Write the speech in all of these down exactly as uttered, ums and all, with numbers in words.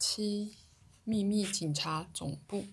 七秘密警察总部。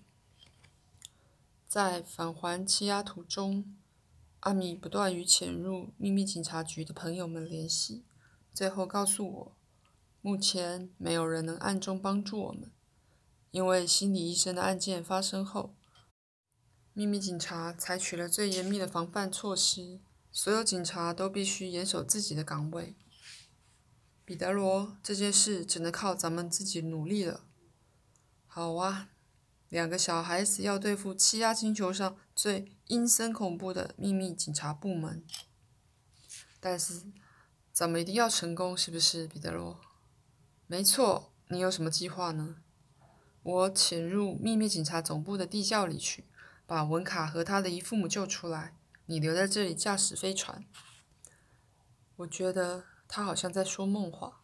在返还欺压途中，阿米不断与潜入秘密警察局的朋友们联系，最后告诉我，目前没有人能暗中帮助我们，因为心理医生的案件发生后，秘密警察采取了最严密的防范措施，所有警察都必须严守自己的岗位。彼得罗，这件事只能靠咱们自己努力了。好啊，两个小孩子要对付欺压星球上最阴森恐怖的秘密警察部门，但是咱们一定要成功，是不是，彼得罗？没错，你有什么计划呢？我潜入秘密警察总部的地窖里去，把文卡和他的姨父母救出来。你留在这里驾驶飞船。我觉得他好像在说梦话。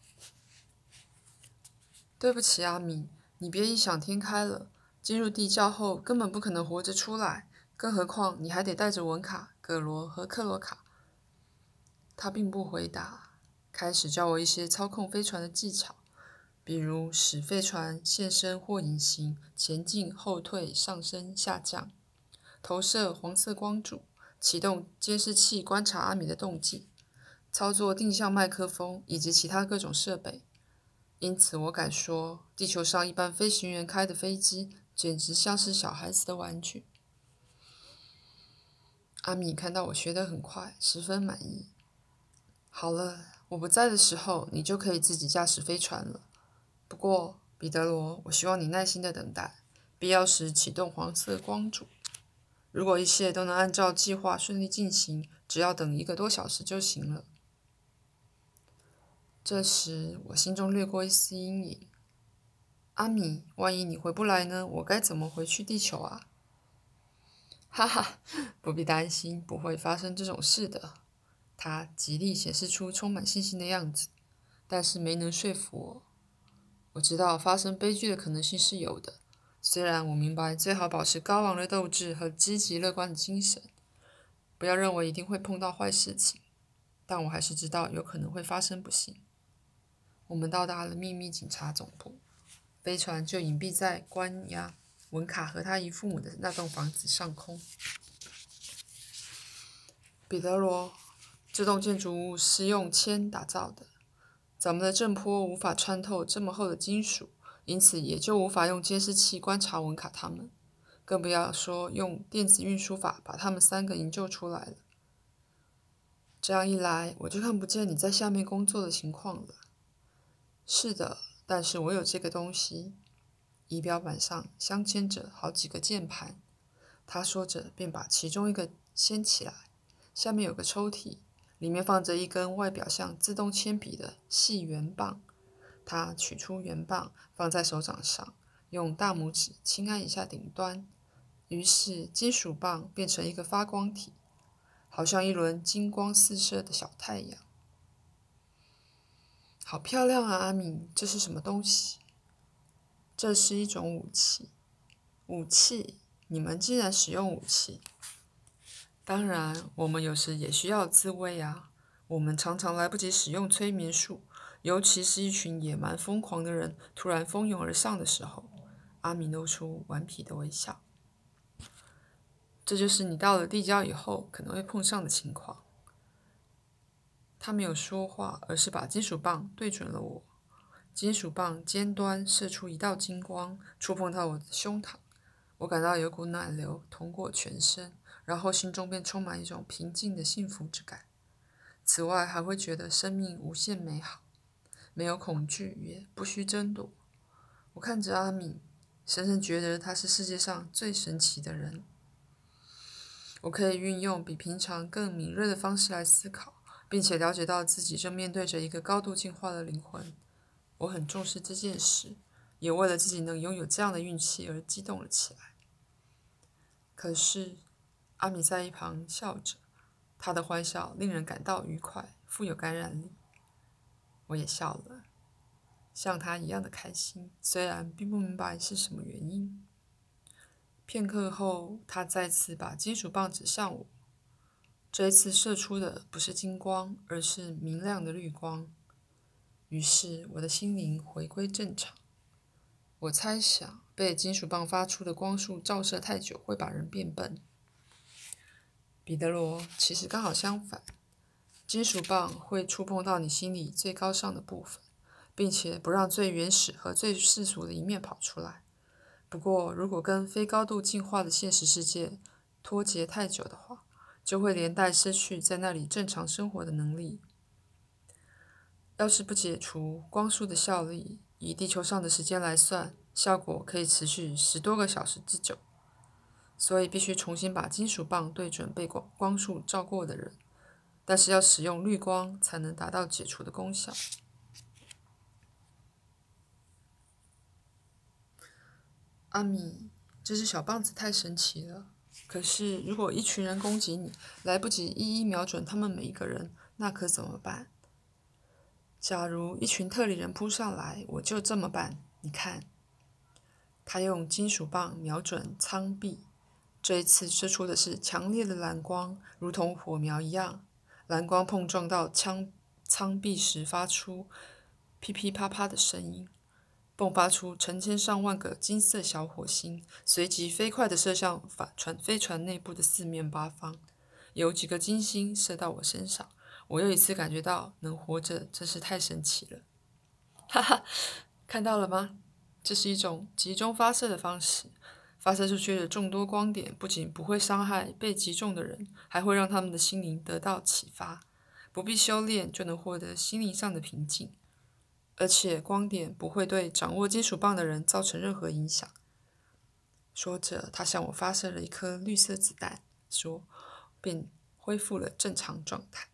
对不起，阿米，你别异想天开了。进入地窖后根本不可能活着出来，更何况你还得带着文卡、葛罗和克罗卡。他并不回答，开始教我一些操控飞船的技巧，比如使飞船现身或隐形、前进、后退、上升、下降，投射黄色光柱，启动监视器观察阿米的动静，操作定向麦克风以及其他各种设备。因此我敢说，地球上一般飞行员开的飞机简直像是小孩子的玩具。阿米看到我学得很快，十分满意。好了，我不在的时候，你就可以自己驾驶飞船了。不过，彼得罗，我希望你耐心的等待，必要时启动黄色光柱。如果一切都能按照计划顺利进行，只要等一个多小时就行了。这时，我心中掠过一丝阴影。阿米，万一你回不来呢？我该怎么回去地球啊？哈哈，不必担心，不会发生这种事的。他极力显示出充满信心的样子，但是没能说服我。我知道发生悲剧的可能性是有的，虽然我明白最好保持高昂的斗志和积极乐观的精神，不要认为一定会碰到坏事情，但我还是知道有可能会发生不幸。我们到达了秘密警察总部，飞船就隐蔽在关押文卡和他姨父母的那栋房子上空。彼得罗，这栋建筑物是用铅打造的，咱们的震波无法穿透这么厚的金属，因此也就无法用监视器观察文卡他们，更不要说用电子运输法把他们三个营救出来了。这样一来，我就看不见你在下面工作的情况了。是的，但是我有这个东西。仪表板上镶嵌着好几个键盘，他说着便把其中一个掀起来，下面有个抽屉，里面放着一根外表像自动铅笔的细圆棒。他取出圆棒放在手掌上，用大拇指轻按一下顶端，于是金属棒变成一个发光体，好像一轮金光四射的小太阳。好漂亮啊，阿米，这是什么东西？这是一种武器。武器？你们竟然使用武器？当然，我们有时也需要自卫啊。我们常常来不及使用催眠术，尤其是一群野蛮疯狂的人突然蜂拥而上的时候。阿米露出顽皮的微笑。这就是你到了地窖以后可能会碰上的情况。他没有说话，而是把金属棒对准了我。金属棒尖端射出一道金光，触碰到我的胸膛。我感到有股暖流通过全身，然后心中便充满一种平静的幸福之感。此外，还会觉得生命无限美好，没有恐惧，也不需争夺。我看着阿米，深深觉得他是世界上最神奇的人。我可以运用比平常更敏锐的方式来思考，并且了解到自己正面对着一个高度进化的灵魂。我很重视这件事，也为了自己能拥有这样的运气而激动了起来。可是，阿米在一旁笑着，他的欢笑令人感到愉快，富有感染力。我也笑了，像他一样的开心，虽然并不明白是什么原因。片刻后，他再次把金属棒指向我，这一次射出的不是金光，而是明亮的绿光。于是我的心灵回归正常。 我猜想，被金属棒发出的光束照射太久会把人变笨。彼得罗，其实刚好相反，金属棒会触碰到你心里最高尚的部分，并且不让最原始和最世俗的一面跑出来。不过，如果跟非高度进化的现实世界脱节太久的话，就会连带失去在那里正常生活的能力。要是不解除光束的效力，以地球上的时间来算，效果可以持续十多个小时之久。所以必须重新把金属棒对准被光光束照过的人，但是要使用绿光才能达到解除的功效。阿米，这只小棒子太神奇了。可是如果一群人攻击你，来不及一一瞄准他们每一个人，那可怎么办？假如一群特里人扑上来，我就这么办。你看，他用金属棒瞄准舱壁。这一次射出的是强烈的蓝光，如同火苗一样。蓝光碰撞到枪舱壁时发出噼噼啪啪的声音，迸发出成千上万个金色小火星，随即飞快地射向反船飞船内部的四面八方。有几个金星射到我身上，我又一次感觉到能活着真是太神奇了。哈哈，看到了吗？这是一种集中发射的方式。发射出去的众多光点不仅不会伤害被击中的人，还会让他们的心灵得到启发，不必修炼就能获得心灵上的平静。而且光点不会对掌握金属棒的人造成任何影响。说着，他向我发射了一颗绿色子弹，说，便恢复了正常状态。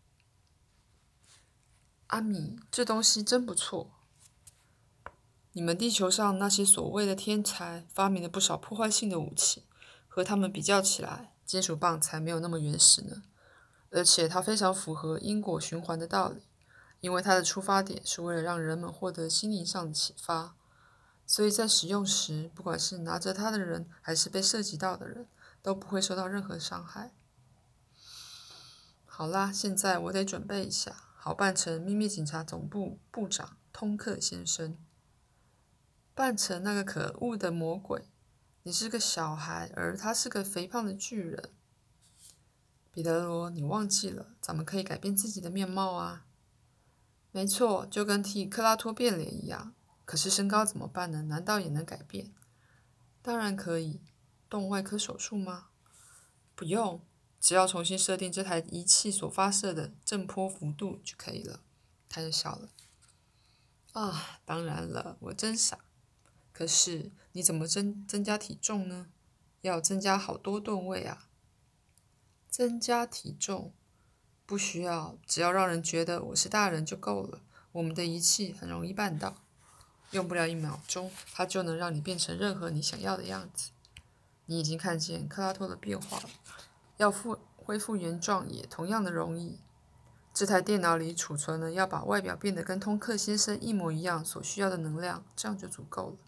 阿米，这东西真不错。你们地球上那些所谓的天才发明了不少破坏性的武器，和他们比较起来，金属棒才没有那么原始呢。而且它非常符合因果循环的道理，因为它的出发点是为了让人们获得心灵上的启发，所以在使用时，不管是拿着它的人还是被涉及到的人，都不会受到任何伤害。好啦，现在我得准备一下，好扮成秘密警察总部部长通克先生。扮成那个可恶的魔鬼，你是个小孩，而他是个肥胖的巨人。彼得罗，你忘记了，咱们可以改变自己的面貌啊。没错，就跟替克拉托变脸一样。可是身高怎么办呢？难道也能改变？当然可以。动外科手术吗？不用，只要重新设定这台仪器所发射的振波幅度就可以了。他就笑了。啊，当然了，我真傻。可是你怎么增增加体重呢？要增加好多吨位啊！增加体重不需要，只要让人觉得我是大人就够了。我们的仪器很容易办到，用不了一秒钟，它就能让你变成任何你想要的样子。你已经看见克拉托的变化了，要复恢复原状也同样的容易。这台电脑里储存了要把外表变得跟通克先生一模一样所需要的能量，这样就足够了。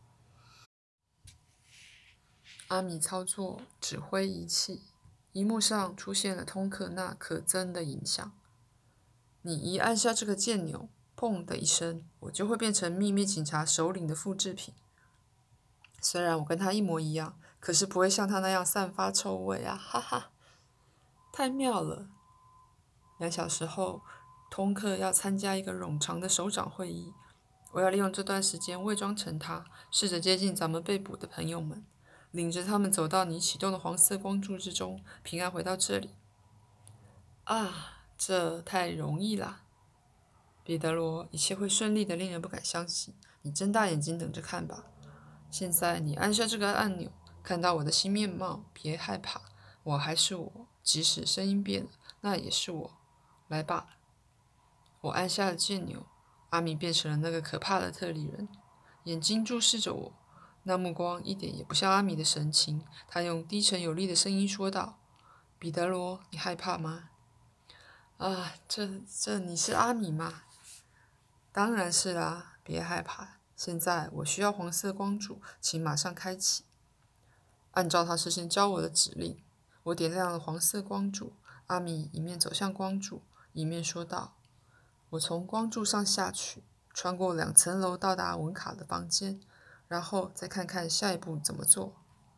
阿米操作指挥仪器，荧幕上出现了通克那可憎的影像。你一按下这个键钮，砰的一声，我就会变成秘密警察首领的复制品。虽然我跟他一模一样，可是不会像他那样散发臭味啊！哈哈，太妙了。两小时后，通克要参加一个冗长的首长会议，我要利用这段时间伪装成他，试着接近咱们被捕的朋友们。领着他们走到你启动的黄色光柱之中，平安回到这里。啊，这太容易啦！彼得罗，一切会顺利的，令人不敢相信。你睁大眼睛等着看吧。现在你按下这个按钮，看到我的新面貌，别害怕，我还是我，即使声音变了，那也是我。来吧。我按下了键钮，阿米变成了那个可怕的特里人，眼睛注视着我。那目光一点也不像阿米的神情，他用低沉有力的声音说道：“彼得罗，你害怕吗？”啊，这这你是阿米吗？当然是啦，别害怕。现在我需要黄色光柱，请马上开启。按照他事先教我的指令，我点亮了黄色光柱。阿米一面走向光柱，一面说道：“我从光柱上下去，穿过两层楼到达文卡的房间。 然后再看看下一步怎么做。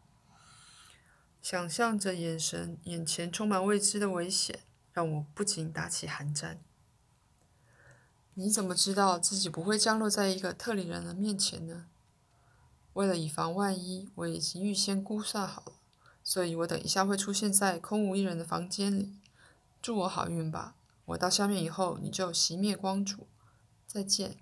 想象着眼神，眼前充满未知的危险，让我不禁打起寒战。你怎么知道自己不会降落在一个特里人的面前呢？为了以防万一，我已经预先估算好了，所以我等一下会出现在空无一人的房间里。祝我好运吧！我到下面以后，你就熄灭光烛。再见。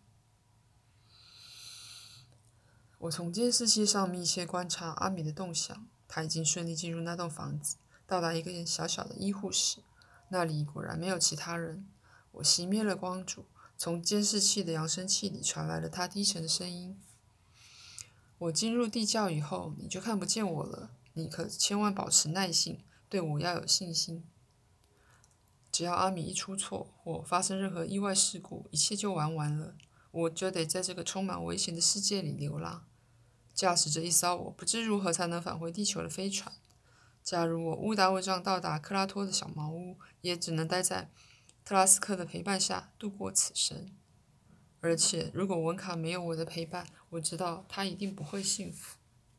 我从监视器上密切观察阿米的动向，他已经顺利进入那栋房子，到达一个小小的医护室，那里果然没有其他人。我熄灭了光烛，从监视器的扬声器里传来了他低沉的声音：我进入地窖以后，你就看不见我了。你可千万保持耐性，对我要有信心。只要阿米一出错，或发生任何意外事故，一切就玩完了。我就得在这个充满危险的世界里流浪，驾驶着一艘我不知如何才能返回地球的飞船。假如我误打误撞到达克拉托的小茅屋，也只能待在特拉斯克的陪伴下度过此生。而且，如果文卡没有我的陪伴，我知道他一定不会幸福。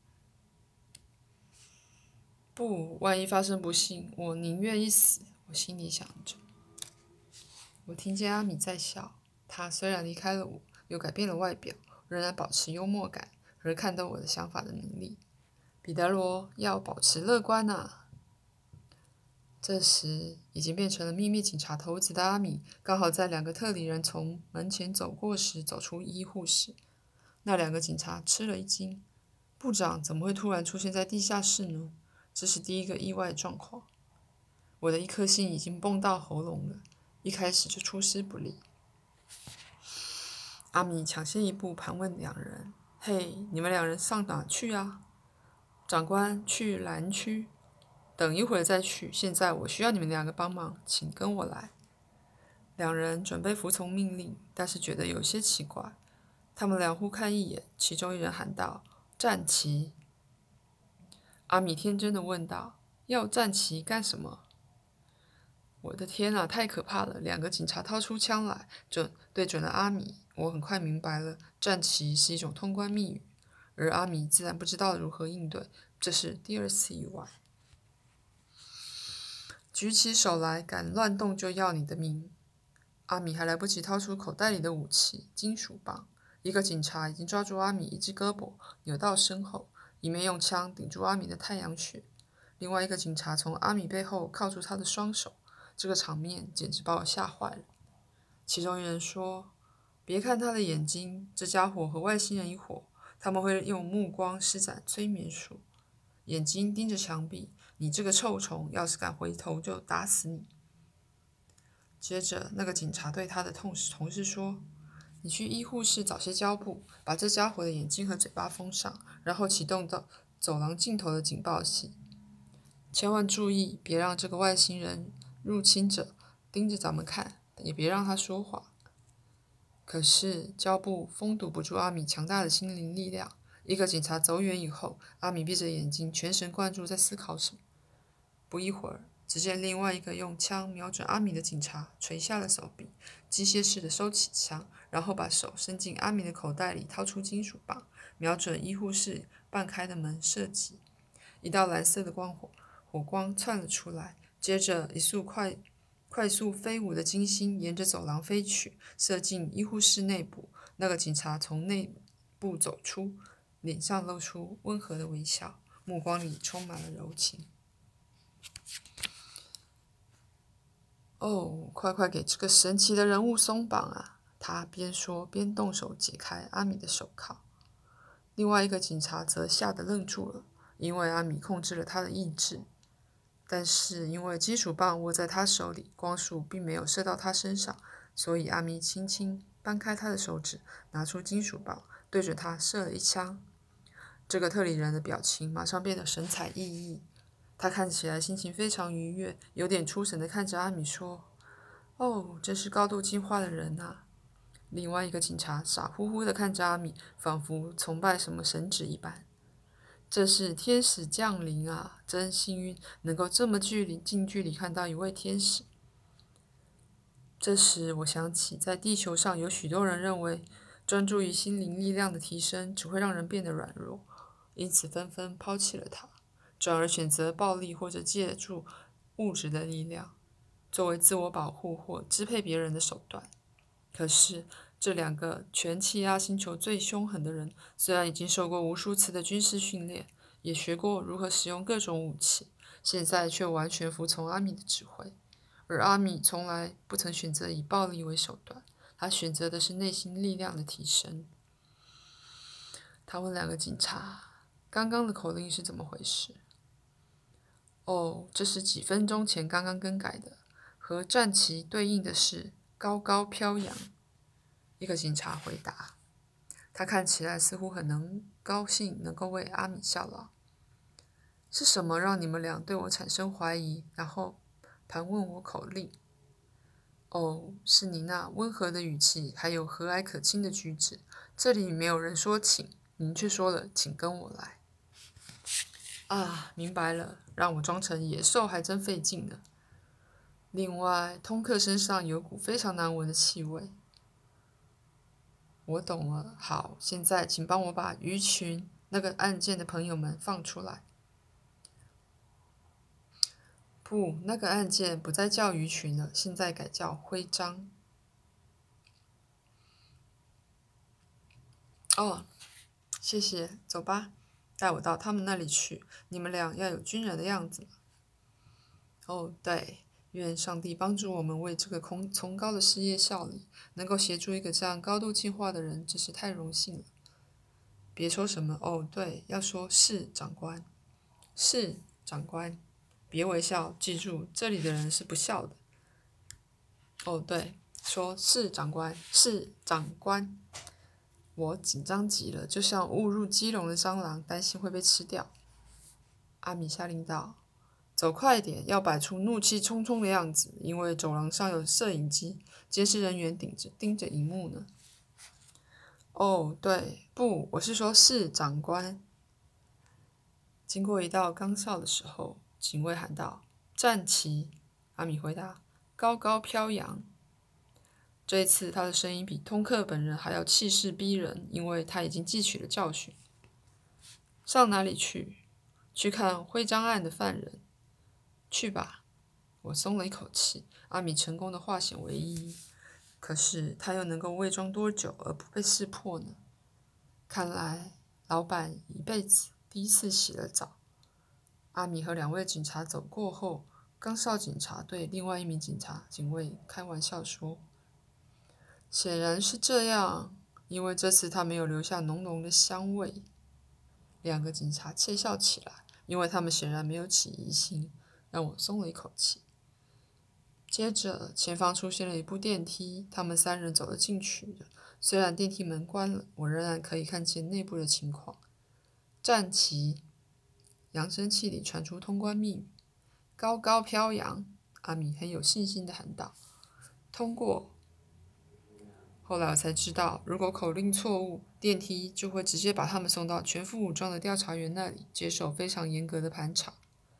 不，万一发生不幸，我宁愿一死。我心里想着。我听见阿米在笑，他虽然离开了我，又改变了外表，仍然保持幽默感和看懂我的想法的能力。彼得罗，要保持乐观啊！这时，已经变成了秘密警察头子的阿米，刚好在两个特里人从门前走过时走出医护室。那两个警察吃了一惊，部长怎么会突然出现在地下室呢？这是第一个意外状况。我的一颗心已经蹦到喉咙了，一开始就出师不利。阿米抢先一步盘问两人：“嘿，你们两人上哪去啊？”长官，去蓝区。等一会儿再去，现在我需要你们两个帮忙，请跟我来。两人准备服从命令，但是觉得有些奇怪。他们俩互看一眼，其中一人喊道：“站齐！”阿米天真的问道：“要站齐干什么？”我的天啊，太可怕了！两个警察掏出枪来，准对准了阿米。我很快明白了，站齐是一种通关密语，而阿米自然不知道如何应对，这是第二次意外。举起手来，敢乱动就要你的命！阿米还来不及掏出口袋里的武器——金属棒，一个警察已经抓住阿米一只胳膊，扭到身后，一面用枪顶住阿米的太阳穴，另外一个警察从阿米背后铐住他的双手。这个场面简直把我吓坏了。其中一人说：“别看他的眼睛，这家伙和外星人一伙，他们会用目光施展催眠术。眼睛盯着墙壁，你这个臭虫，要是敢回头就打死你。”接着，那个警察对他的同事同事说：“你去医护室找些胶布，把这家伙的眼睛和嘴巴封上，然后启动到走廊尽头的警报器。千万注意，别让这个外星人入侵者盯着咱们看，也别让他说话。”可是胶布封堵不住阿米强大的心灵力量。一个警察走远以后，阿米闭着眼睛，全神贯注在思考什么。不一会儿，只见另外一个用枪瞄准阿米的警察垂下了手臂，机械式的收起枪，然后把手伸进阿米的口袋里，掏出金属棒，瞄准医护室半开的门射击。一道蓝色的光火火光窜了出来，接着一束快快速飞舞的金星沿着走廊飞去，射进医护室内部。那个警察从内部走出，脸上露出温和的微笑，目光里充满了柔情。哦，快快给这个神奇的人物松绑啊！他边说边动手解开阿米的手铐。另外一个警察则吓得愣住了，因为阿米控制了他的意志。但是因为金属棒握在他手里，光束并没有射到他身上，所以阿米轻轻扳开他的手指，拿出金属棒，对准他射了一枪。这个特里人的表情马上变得神采奕奕，他看起来心情非常愉悦，有点出神地看着阿米说：“哦，真是高度进化的人啊！”另外一个警察傻乎乎地看着阿米，仿佛崇拜什么神祇一般。这是天使降临啊！真幸运，能够这么距离近距离看到一位天使。这时我想起，在地球上有许多人认为专注于心灵力量的提升只会让人变得软弱，因此纷纷抛弃了它，转而选择暴力或者借助物质的力量，作为自我保护或支配别人的手段。可是，这两个全气压星球最凶狠的人，虽然已经受过无数次的军事训练，也学过如何使用各种武器，现在却完全服从阿米的指挥。而阿米从来不曾选择以暴力为手段，他选择的是内心力量的提升。他问两个警察：“刚刚的口令是怎么回事？”“哦，这是几分钟前刚刚更改的，和战旗对应的是高高飘扬。”一个警察回答，他看起来似乎很能高兴能够为阿米效劳。“是什么让你们俩对我产生怀疑，然后盘问我口令？”“哦，是你那温和的语气，还有和蔼可亲的举止。这里没有人说请，您却说了请跟我来。”“啊，明白了，让我装成野兽还真费劲呢。另外，通客身上有股非常难闻的气味。”“我懂了。好，现在请帮我把鱼群那个案件的朋友们放出来。”“不，那个案件不再叫鱼群了，现在改叫徽章。”“哦，谢谢，走吧，带我到他们那里去。你们俩要有军人的样子。”“哦，对，愿上帝帮助我们为这个崇崇高的事业效力。能够协助一个这样高度进化的人，真是太荣幸了。”“别说什么哦，对，要说是长官，是长官，别微笑，记住，这里的人是不笑的。”“哦，对，说是长官，是长官。”我紧张极了，就像误入鸡笼的蟑螂，担心会被吃掉。阿米下令道：“走快点，要摆出怒气冲冲的样子，因为走廊上有摄影机，监视人员顶着盯着荧幕呢。”“哦，对，不，我是说是长官。”经过一道岗哨的时候，警卫喊道：“站齐！”阿米回答：“高高飘扬。”这一次，他的声音比通克本人还要气势逼人，因为他已经汲取了教训。“上哪里去？”“去看徽章案的犯人。”“去吧。”我松了一口气。阿米成功的化险为夷，可是他又能够伪装多久而不被识破呢？看来老板一辈子第一次洗了澡。阿米和两位警察走过后，岗哨警察对另外一名警察警卫开玩笑说：“显然是这样，因为这次他没有留下浓浓的香味。”两个警察窃笑起来，因为他们显然没有起疑心，让我松了一口气。接着，前方出现了一部电梯，他们三人走了进去。虽然电梯门关了，我仍然可以看见内部的情况。“站齐！”扬声器里传出通关密语。“高高飘扬！”阿米很有信心地喊道。“通过。”后来我才知道，如果口令错误，电梯就会直接把他们送到全副武装的调查员那里，接受非常严格的盘查。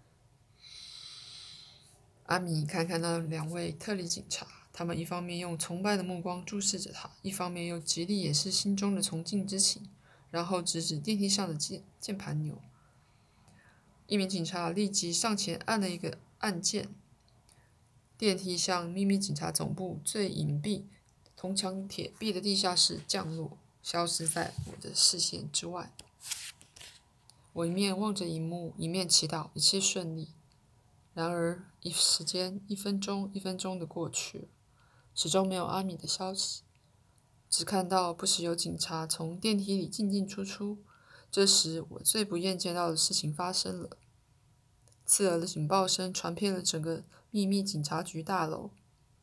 阿米看看那两位特里警察，他们一方面用崇拜的目光注视着他，一方面又极力掩饰心中的崇敬之情，然后指指电梯上的键键盘钮。一名警察立即上前按了一个按键，电梯向秘密警察总部最隐蔽、铜墙铁壁的地下室降落，消失在我的视线之外。我一面望着荧幕，一面祈祷一切顺利。然而，一时间一分钟一分钟的过去了，始终没有阿米的消息。只看到不时有警察从电梯里进进出出。这时，我最不愿见到的事情发生了。刺耳的警报声传遍了整个秘密警察局大楼。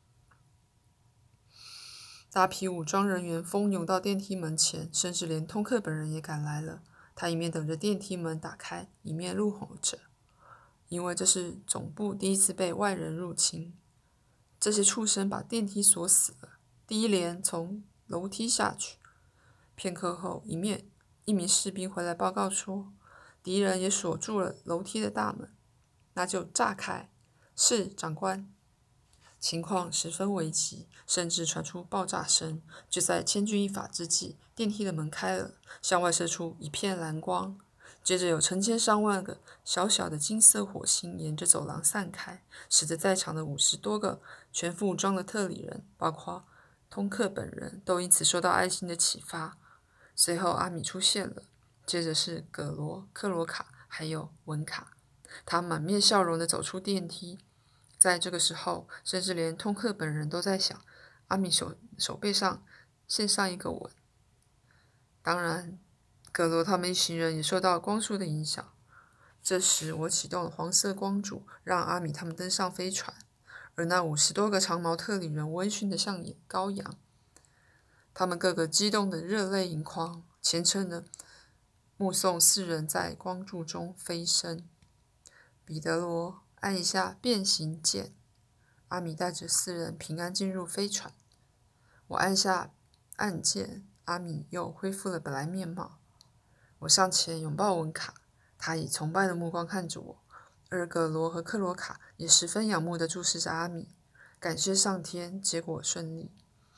大批武装人员蜂拥到电梯门前，甚至连通克本人也赶来了。他一面等着电梯门打开，一面怒吼着，因为这是总部第一次被外人入侵。这些畜生把电梯锁死了。第一连从楼梯下去。片刻后，一面一名士兵回来报告说，敌人也锁住了楼梯的大门。那就炸开。是，长官。 情况十分危急，甚至传出爆炸声。就在千钧一发之际，电梯的门开了，向外射出一片蓝光，接着有成千上万个小小的金色火星沿着走廊散开，使得在场的五十多个全副武装的特里人，包括通克本人，都因此受到爱心的启发。随后阿米出现了，接着是葛罗、克罗卡还有文卡，他满面笑容地走出电梯。在这个时候，甚至连通克本人都在想，阿米手手背上献上一个吻。当然，葛罗他们一行人也受到光束的影响。这时，我启动了黄色光柱，让阿米他们登上飞船，而那五十多个长毛特里人温驯的像羔羊，他们个个激动得热泪盈眶，虔诚地目送四人在光柱中飞升。彼得罗按一下变形键，阿米带着四人平安进入飞船。我按下按键，阿米又恢复了本来面貌。我上前拥抱文卡，他以崇拜的目光看着我，而葛罗和克罗卡也十分仰慕地注视着阿米。感谢上天，结果顺利。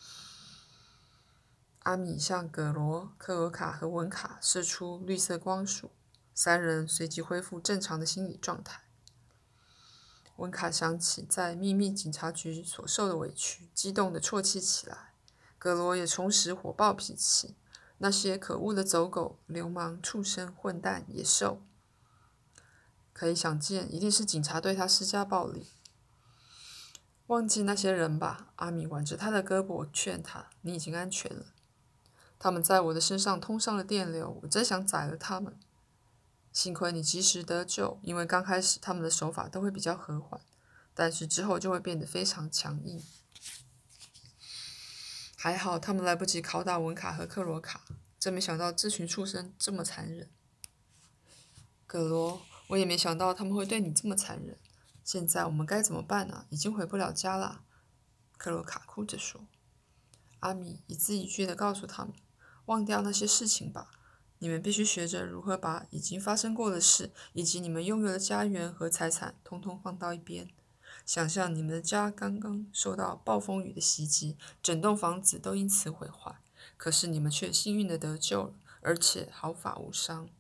阿米向葛罗、克罗卡和文卡射出绿色光束，三人随即恢复正常的心理状态。文卡想起在秘密警察局所受的委屈，激动地啜泣起来。葛罗也重拾火爆脾气，那些可恶的走狗、流氓、畜生、混蛋、野兽，可以想见，一定是警察对他施加暴力。忘记那些人吧，阿米挽着他的胳膊劝他：“你已经安全了。他们在我的身上通上了电流，我真想宰了他们。幸亏你及时得救，因为刚开始他们的手法都会比较和缓，但是之后就会变得非常强硬。还好他们来不及拷打文卡和克罗卡，真没想到这群畜生这么残忍。葛罗，我也没想到他们会对你这么残忍。现在我们该怎么办呢？已经回不了家了。”克罗卡哭着说。阿米一字一句地告诉他们：“忘掉那些事情吧。你们必须学着如何把已经发生过的事，以及你们拥有的家园和财产，通通放到一边。想象你们的家刚刚受到暴风雨的袭击，整栋房子都因此毁坏，可是你们却幸运地得救了，而且毫发无伤。”“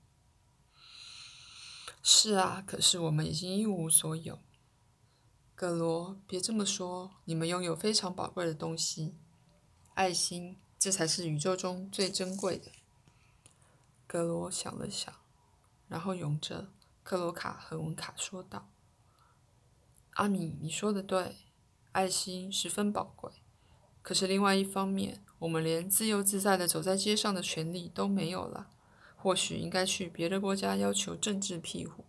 是啊，可是我们已经一无所有。”“葛罗，别这么说，你们拥有非常宝贵的东西，爱心，这才是宇宙中最珍贵的。”葛罗想了想，然后拥着克罗卡和文卡说道：“阿米，你说的对，爱心十分宝贵。可是另外一方面，我们连自由自在地走在街上的权利都没有了。或许应该去别的国家要求政治庇护。”“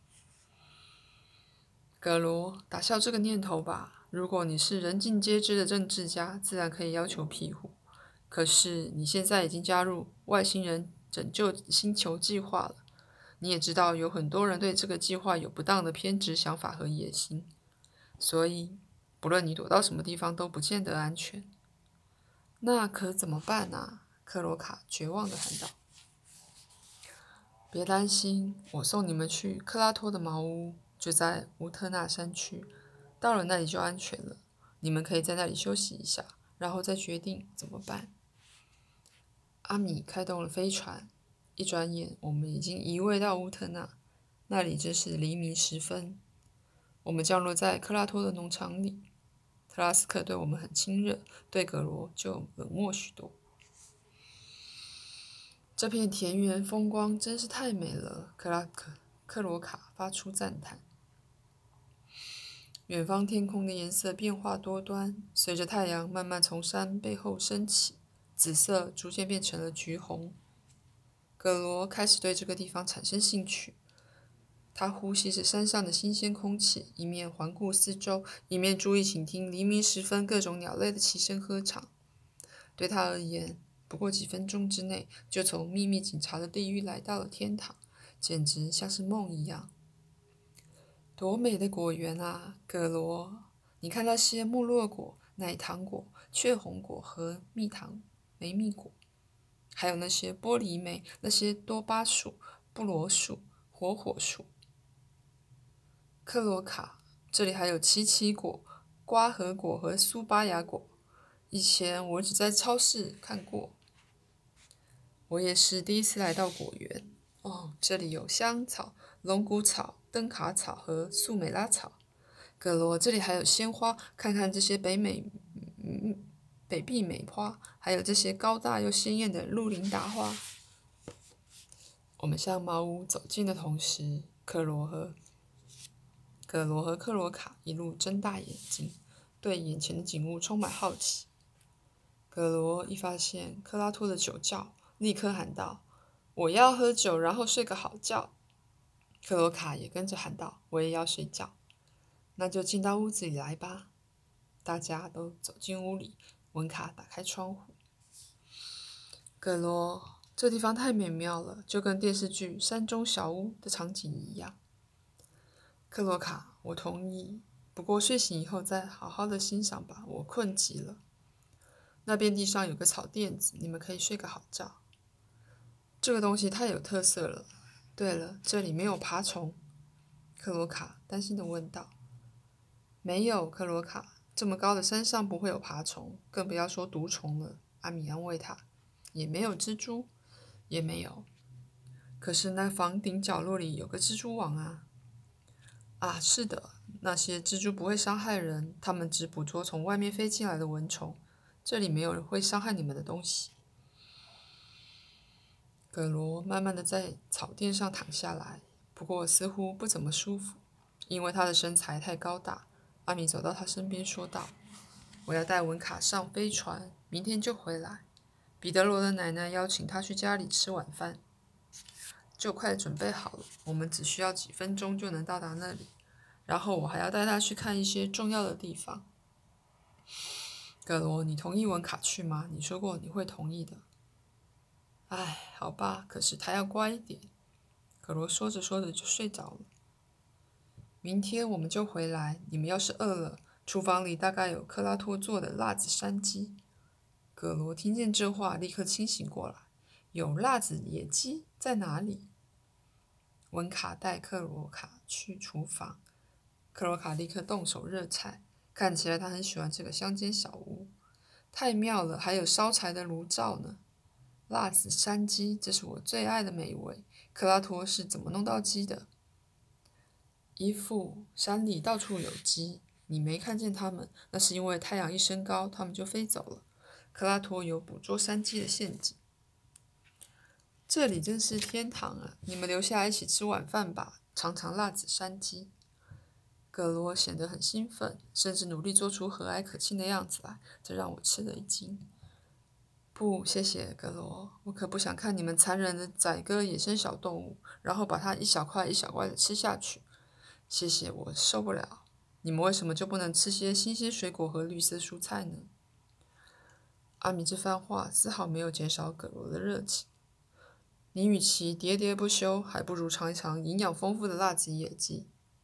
葛罗，打消这个念头吧。如果你是人尽皆知的政治家，自然可以要求庇护。可是你现在已经加入外星人拯救星球计划了，你也知道有很多人对这个计划有不当的偏执想法和野心，所以不论你躲到什么地方都不见得安全。”“那可怎么办啊？”克罗卡绝望地喊道。“别担心，我送你们去克拉托的茅屋，就在乌特纳山区，到了那里就安全了。你们可以在那里休息一下，然后再决定怎么办。”阿米开动了飞船，一转眼我们已经移位到乌特纳，那里正是黎明时分。我们降落在克拉托的农场里，特拉斯克对我们很亲热，对葛罗就冷漠许多。“这片田园风光真是太美了。”克拉克克罗卡发出赞叹。远方天空的颜色变化多端，随着太阳慢慢从山背后升起，紫色逐渐变成了橘红。葛罗开始对这个地方产生兴趣，他呼吸着山上的新鲜空气，一面环顾四周，一面注意倾听黎明时分各种鸟类的齐声歌唱。对他而言，不过几分钟之内，就从秘密警察的地狱来到了天堂，简直像是梦一样。多美的果园啊，葛罗！你看那些木洛果、奶糖果、雀红果和蜜糖莓蜜果，还有那些玻璃莓、那些多巴树、布罗树、火火树。克罗卡，这里还有奇奇果、 瓜核果和苏巴雅果，以前我只在超市看过。我也是第一次来到果园。哦，这里有香草、龙骨草、灯卡草和素美拉草。葛罗，这里还有鲜花，看看这些北美、嗯、北碧美花，还有这些高大又鲜艳的露琳达花。我们向茅屋走近的同时，克罗和葛罗和克罗卡一路睁大眼睛，对眼前的景物充满好奇。葛罗一发现克拉托的酒窖，立刻喊道：“我要喝酒，然后睡个好觉。”克罗卡也跟着喊道：“我也要睡觉。”那就进到屋子里来吧。大家都走进屋里，文卡打开窗户。葛罗，这地方太美妙了，就跟电视剧《山中小屋》的场景一样。克罗卡，我同意，不过睡醒以后再好好的欣赏吧，我困极了。那边地上有个草垫子，你们可以睡个好觉。这个东西太有特色了。对了，这里没有爬虫。克罗卡担心地问道。没有，克罗卡，这么高的山上不会有爬虫，更不要说毒虫了。阿米安慰他。也没有蜘蛛，也没有。可是那房顶角落里有个蜘蛛网啊！啊，是的，那些蜘蛛不会伤害人，它们只捕捉从外面飞进来的蚊虫。这里没有会伤害你们的东西。葛罗慢慢的在草垫上躺下来，不过似乎不怎么舒服，因为他的身材太高大。阿米走到他身边说道：“我要带文卡上飞船，明天就回来。彼得罗的奶奶邀请他去家里吃晚饭，就快准备好了。我们只需要几分钟就能到达那里。然后我还要带他去看一些重要的地方。”葛罗，你同意文卡去吗？你说过你会同意的。唉，好吧，可是他要乖一点。葛罗说着说着就睡着了。明天我们就回来，你们要是饿了，厨房里大概有克拉托做的辣子山鸡。葛罗听见这话，立刻清醒过来。有辣子野鸡在哪里？文卡带克罗卡去厨房，克罗卡立刻动手热菜，看起来他很喜欢这个乡间小屋。太妙了，还有烧柴的炉灶呢。辣子山鸡，这是我最爱的美味。克拉托是怎么弄到鸡的？姨父，山里到处有鸡，你没看见它们，那是因为太阳一升高，它们就飞走了。克拉托有捕捉山鸡的陷阱。这里真是天堂啊！你们留下来一起吃晚饭吧，尝尝辣子山鸡。葛罗显得很兴奋，甚至努力做出和蔼可亲的样子来，这让我吃了一惊。不，谢谢葛罗，我可不想看你们残忍的宰割野生小动物，然后把它一小块一小块的吃下去。谢谢，我受不了。你们为什么就不能吃些新鲜水果和绿色蔬菜呢？阿米这番话丝毫没有减少葛罗的热情。你与其喋喋不休，还不如尝一尝营养丰富的辣子野鸡。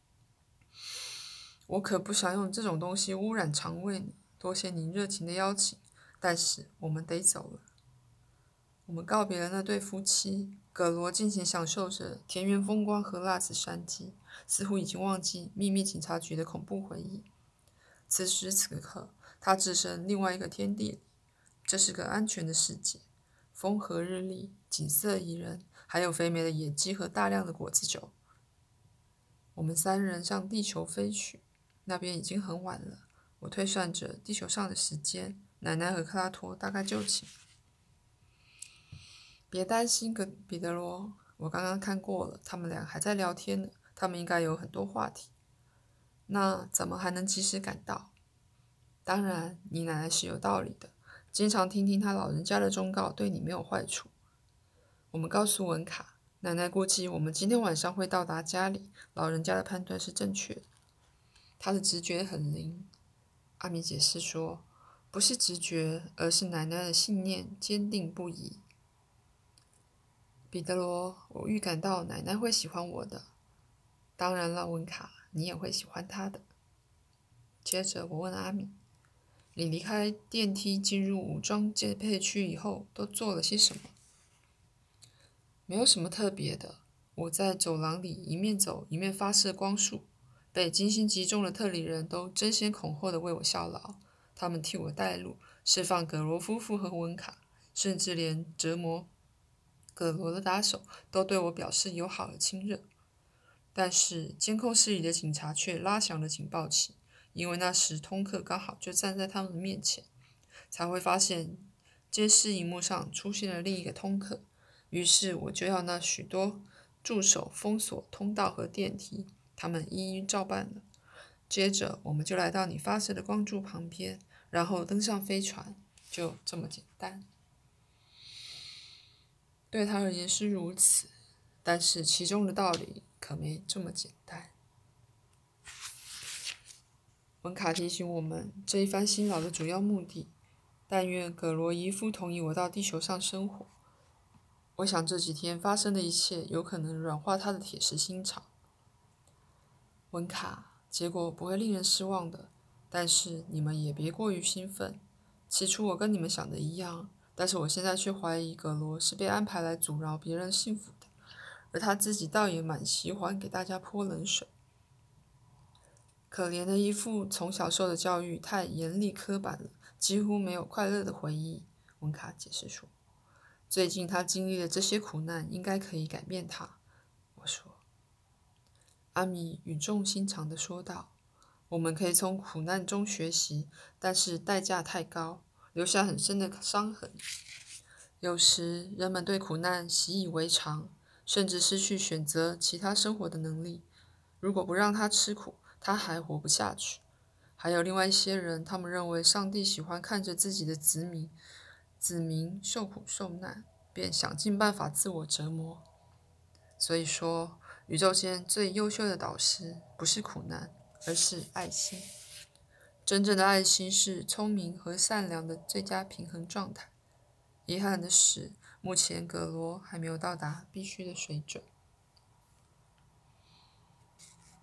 我可不想用这种东西污染肠胃呢。多谢您热情的邀请，但是我们得走了。我们告别了那对夫妻，葛罗尽情享受着田园风光和辣子山鸡，似乎已经忘记秘密警察局的恐怖回忆。此时此刻，他置身另外一个天地里，这是个安全的世界，风和日丽，景色宜人，还有肥美的野鸡和大量的果子酒。我们三人向地球飞去，那边已经很晚了。我推算着地球上的时间，奶奶和克拉托大概就寝。别担心，格彼得罗，我刚刚看过了，他们俩还在聊天呢，他们应该有很多话题。那怎么还能及时赶到？当然，你奶奶是有道理的，经常听听她老人家的忠告，对你没有坏处。我们告诉文卡，奶奶估计我们今天晚上会到达家里，老人家的判断是正确的。她的直觉很灵。阿米解释说，不是直觉，而是奶奶的信念坚定不移。彼得罗，我预感到奶奶会喜欢我的。当然了，文卡，你也会喜欢她的。接着我问阿米，你离开电梯进入武装戒备区以后都做了些什么？没有什么特别的，我在走廊里一面走一面发射光束， 被精心击中的特里人都争先恐后地为我效劳，他们替我带路，释放葛罗夫妇和温卡，甚至连折磨葛罗的打手都对我表示友好而亲热。但是监控室里的警察却拉响了警报器，因为那时通客刚好就站在他们的面前，才会发现监视荧幕上出现了另一个通客。于是我就要那许多助手封锁通道和电梯，他们一一照办了。接着我们就来到你发射的光柱旁边，然后登上飞船，就这么简单。对他而言是如此，但是其中的道理可没这么简单。文卡提醒我们这一番辛劳的主要目的，但愿葛罗姨夫同意我到地球上生活。我想这几天发生的一切有可能软化他的铁石心肠。文卡，结果不会令人失望的，但是你们也别过于兴奋。起初我跟你们想的一样，但是我现在却怀疑葛罗是被安排来阻挠别人幸福的，而他自己倒也蛮喜欢给大家泼冷水。可怜的姨父从小受的教育太严厉刻板了，几乎没有快乐的回忆。文卡解释说，最近他经历了这些苦难，应该可以改变他。我说，阿米语重心长地说道，我们可以从苦难中学习，但是代价太高，留下很深的伤痕。有时人们对苦难习以为常，甚至失去选择其他生活的能力。如果不让他吃苦，他还活不下去。还有另外一些人，他们认为上帝喜欢看着自己的子民子民受苦受难，便想尽办法自我折磨。所以说，宇宙间最优秀的导师不是苦难，而是爱心。真正的爱心是聪明和善良的最佳平衡状态。遗憾的是，目前葛罗还没有到达必须的水准。